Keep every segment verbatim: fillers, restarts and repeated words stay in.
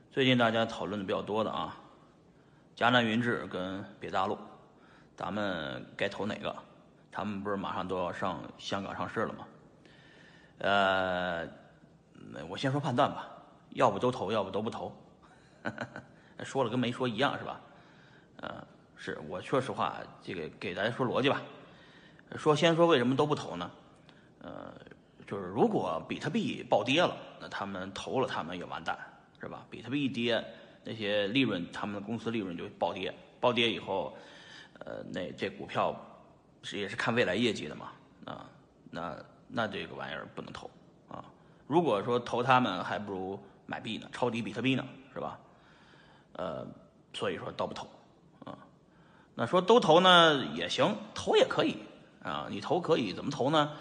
最近大家讨论的比较多的啊，迦南云智跟别大陆，咱们该投哪个？他们不是马上都要上香港上市了吗？呃，我先说判断吧，要不都投，要不都不投。说了跟没说一样是吧？呃，是我说实话，这个给大家说逻辑吧。说先说为什么都不投呢？呃，就是如果比特币暴跌了，那他们投了他们也完蛋，是吧？比特币一跌，那些利润，他们的公司利润就暴跌，暴跌以后，呃，那这股票是也是看未来业绩的嘛，啊，那那这个玩意儿不能投啊。如果说投他们，还不如买币呢，抄底比特币呢，是吧？呃，所以说都不投啊。那说都投呢也行，投也可以啊，你投可以，怎么投呢？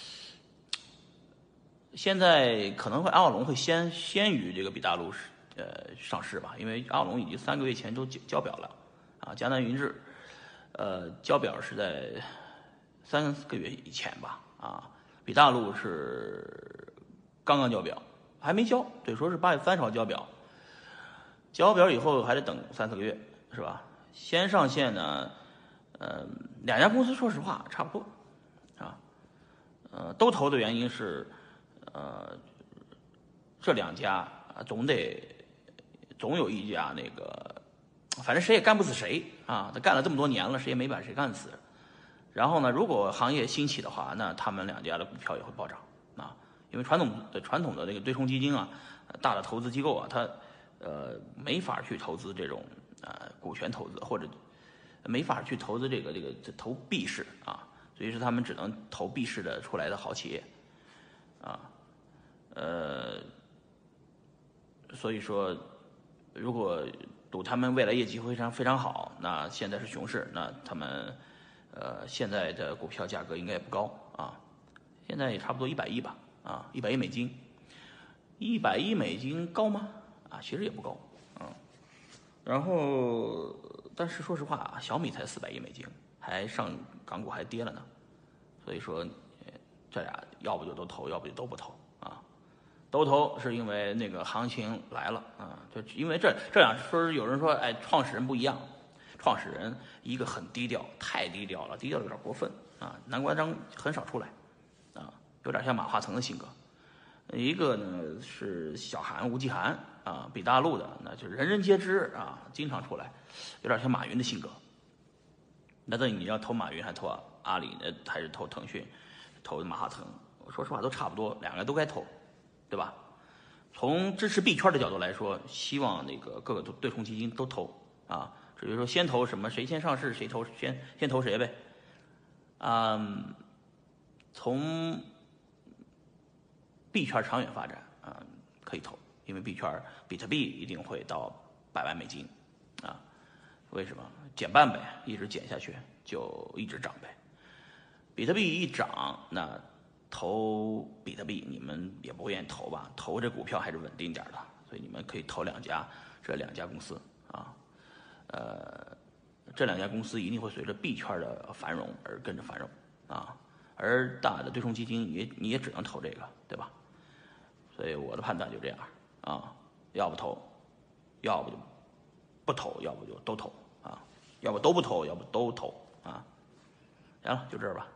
现在可能会阿瓦隆会先先于这个比大陆呃上市吧，因为阿瓦隆已经三个月前都交交表了啊，迦南云智呃交表是在三个月以前吧啊，比大陆是刚刚交表，还没交，对，说是八月三十号交表，交表以后还得等三四个月，是吧？先上线呢，呃，两家公司说实话差不多啊，呃，都投的原因是。呃，这两家总得总有一家那个，反正谁也干不死谁啊！他干了这么多年了，谁也没把谁干死。然后呢，如果行业兴起的话，那他们两家的股票也会暴涨啊！因为传统的传统的这个对冲基金啊，大的投资机构啊，它呃没法去投资这种呃股权投资，或者没法去投资这个这个投币市啊，所以说他们只能投币市的出来的好企业啊。呃，所以说，如果赌他们未来业绩非常非常好，那现在是熊市，那他们呃现在的股票价格应该也不高啊，现在也差不多一百亿吧，啊，一百亿美金，一百亿美金高吗？啊，其实也不高，嗯。然后，但是说实话啊，小米才四百亿美金，还上港股还跌了呢，所以说这俩要不就都投，要不就都不投啊。都投是因为那个行情来了啊，就因为这这两说有人说，哎，创始人不一样，创始人一个很低调，太低调了，低调有点过分啊。南关张很少出来啊，有点像马化腾的性格。一个呢是小韩吴继寒啊，比大陆的那就是人人皆知啊，经常出来，有点像马云的性格。那等你要投马云，还投阿里呢，还是投腾讯，投马化腾？说实话都差不多，两个都该投。对吧？从支持币圈的角度来说，希望那个各个对冲基金都投啊。至于说先投什么，谁先上市，谁投先先投谁呗。嗯，从币圈长远发展啊，可以投，因为币圈比特币一定会到百万美金啊。为什么？减半呗，一直减下去就一直涨呗。比特币一涨，那投比特币你们也不愿意投吧？投这股票还是稳定点的，所以你们可以投两家，这两家公司啊，呃，这两家公司一定会随着币圈的繁荣而跟着繁荣啊，而大的对冲基金也你也只能投这个，对吧？所以我的判断就这样啊，要不投，要不就不投，要不就都投啊，要不都不投，要不都投啊，行了，就这儿吧。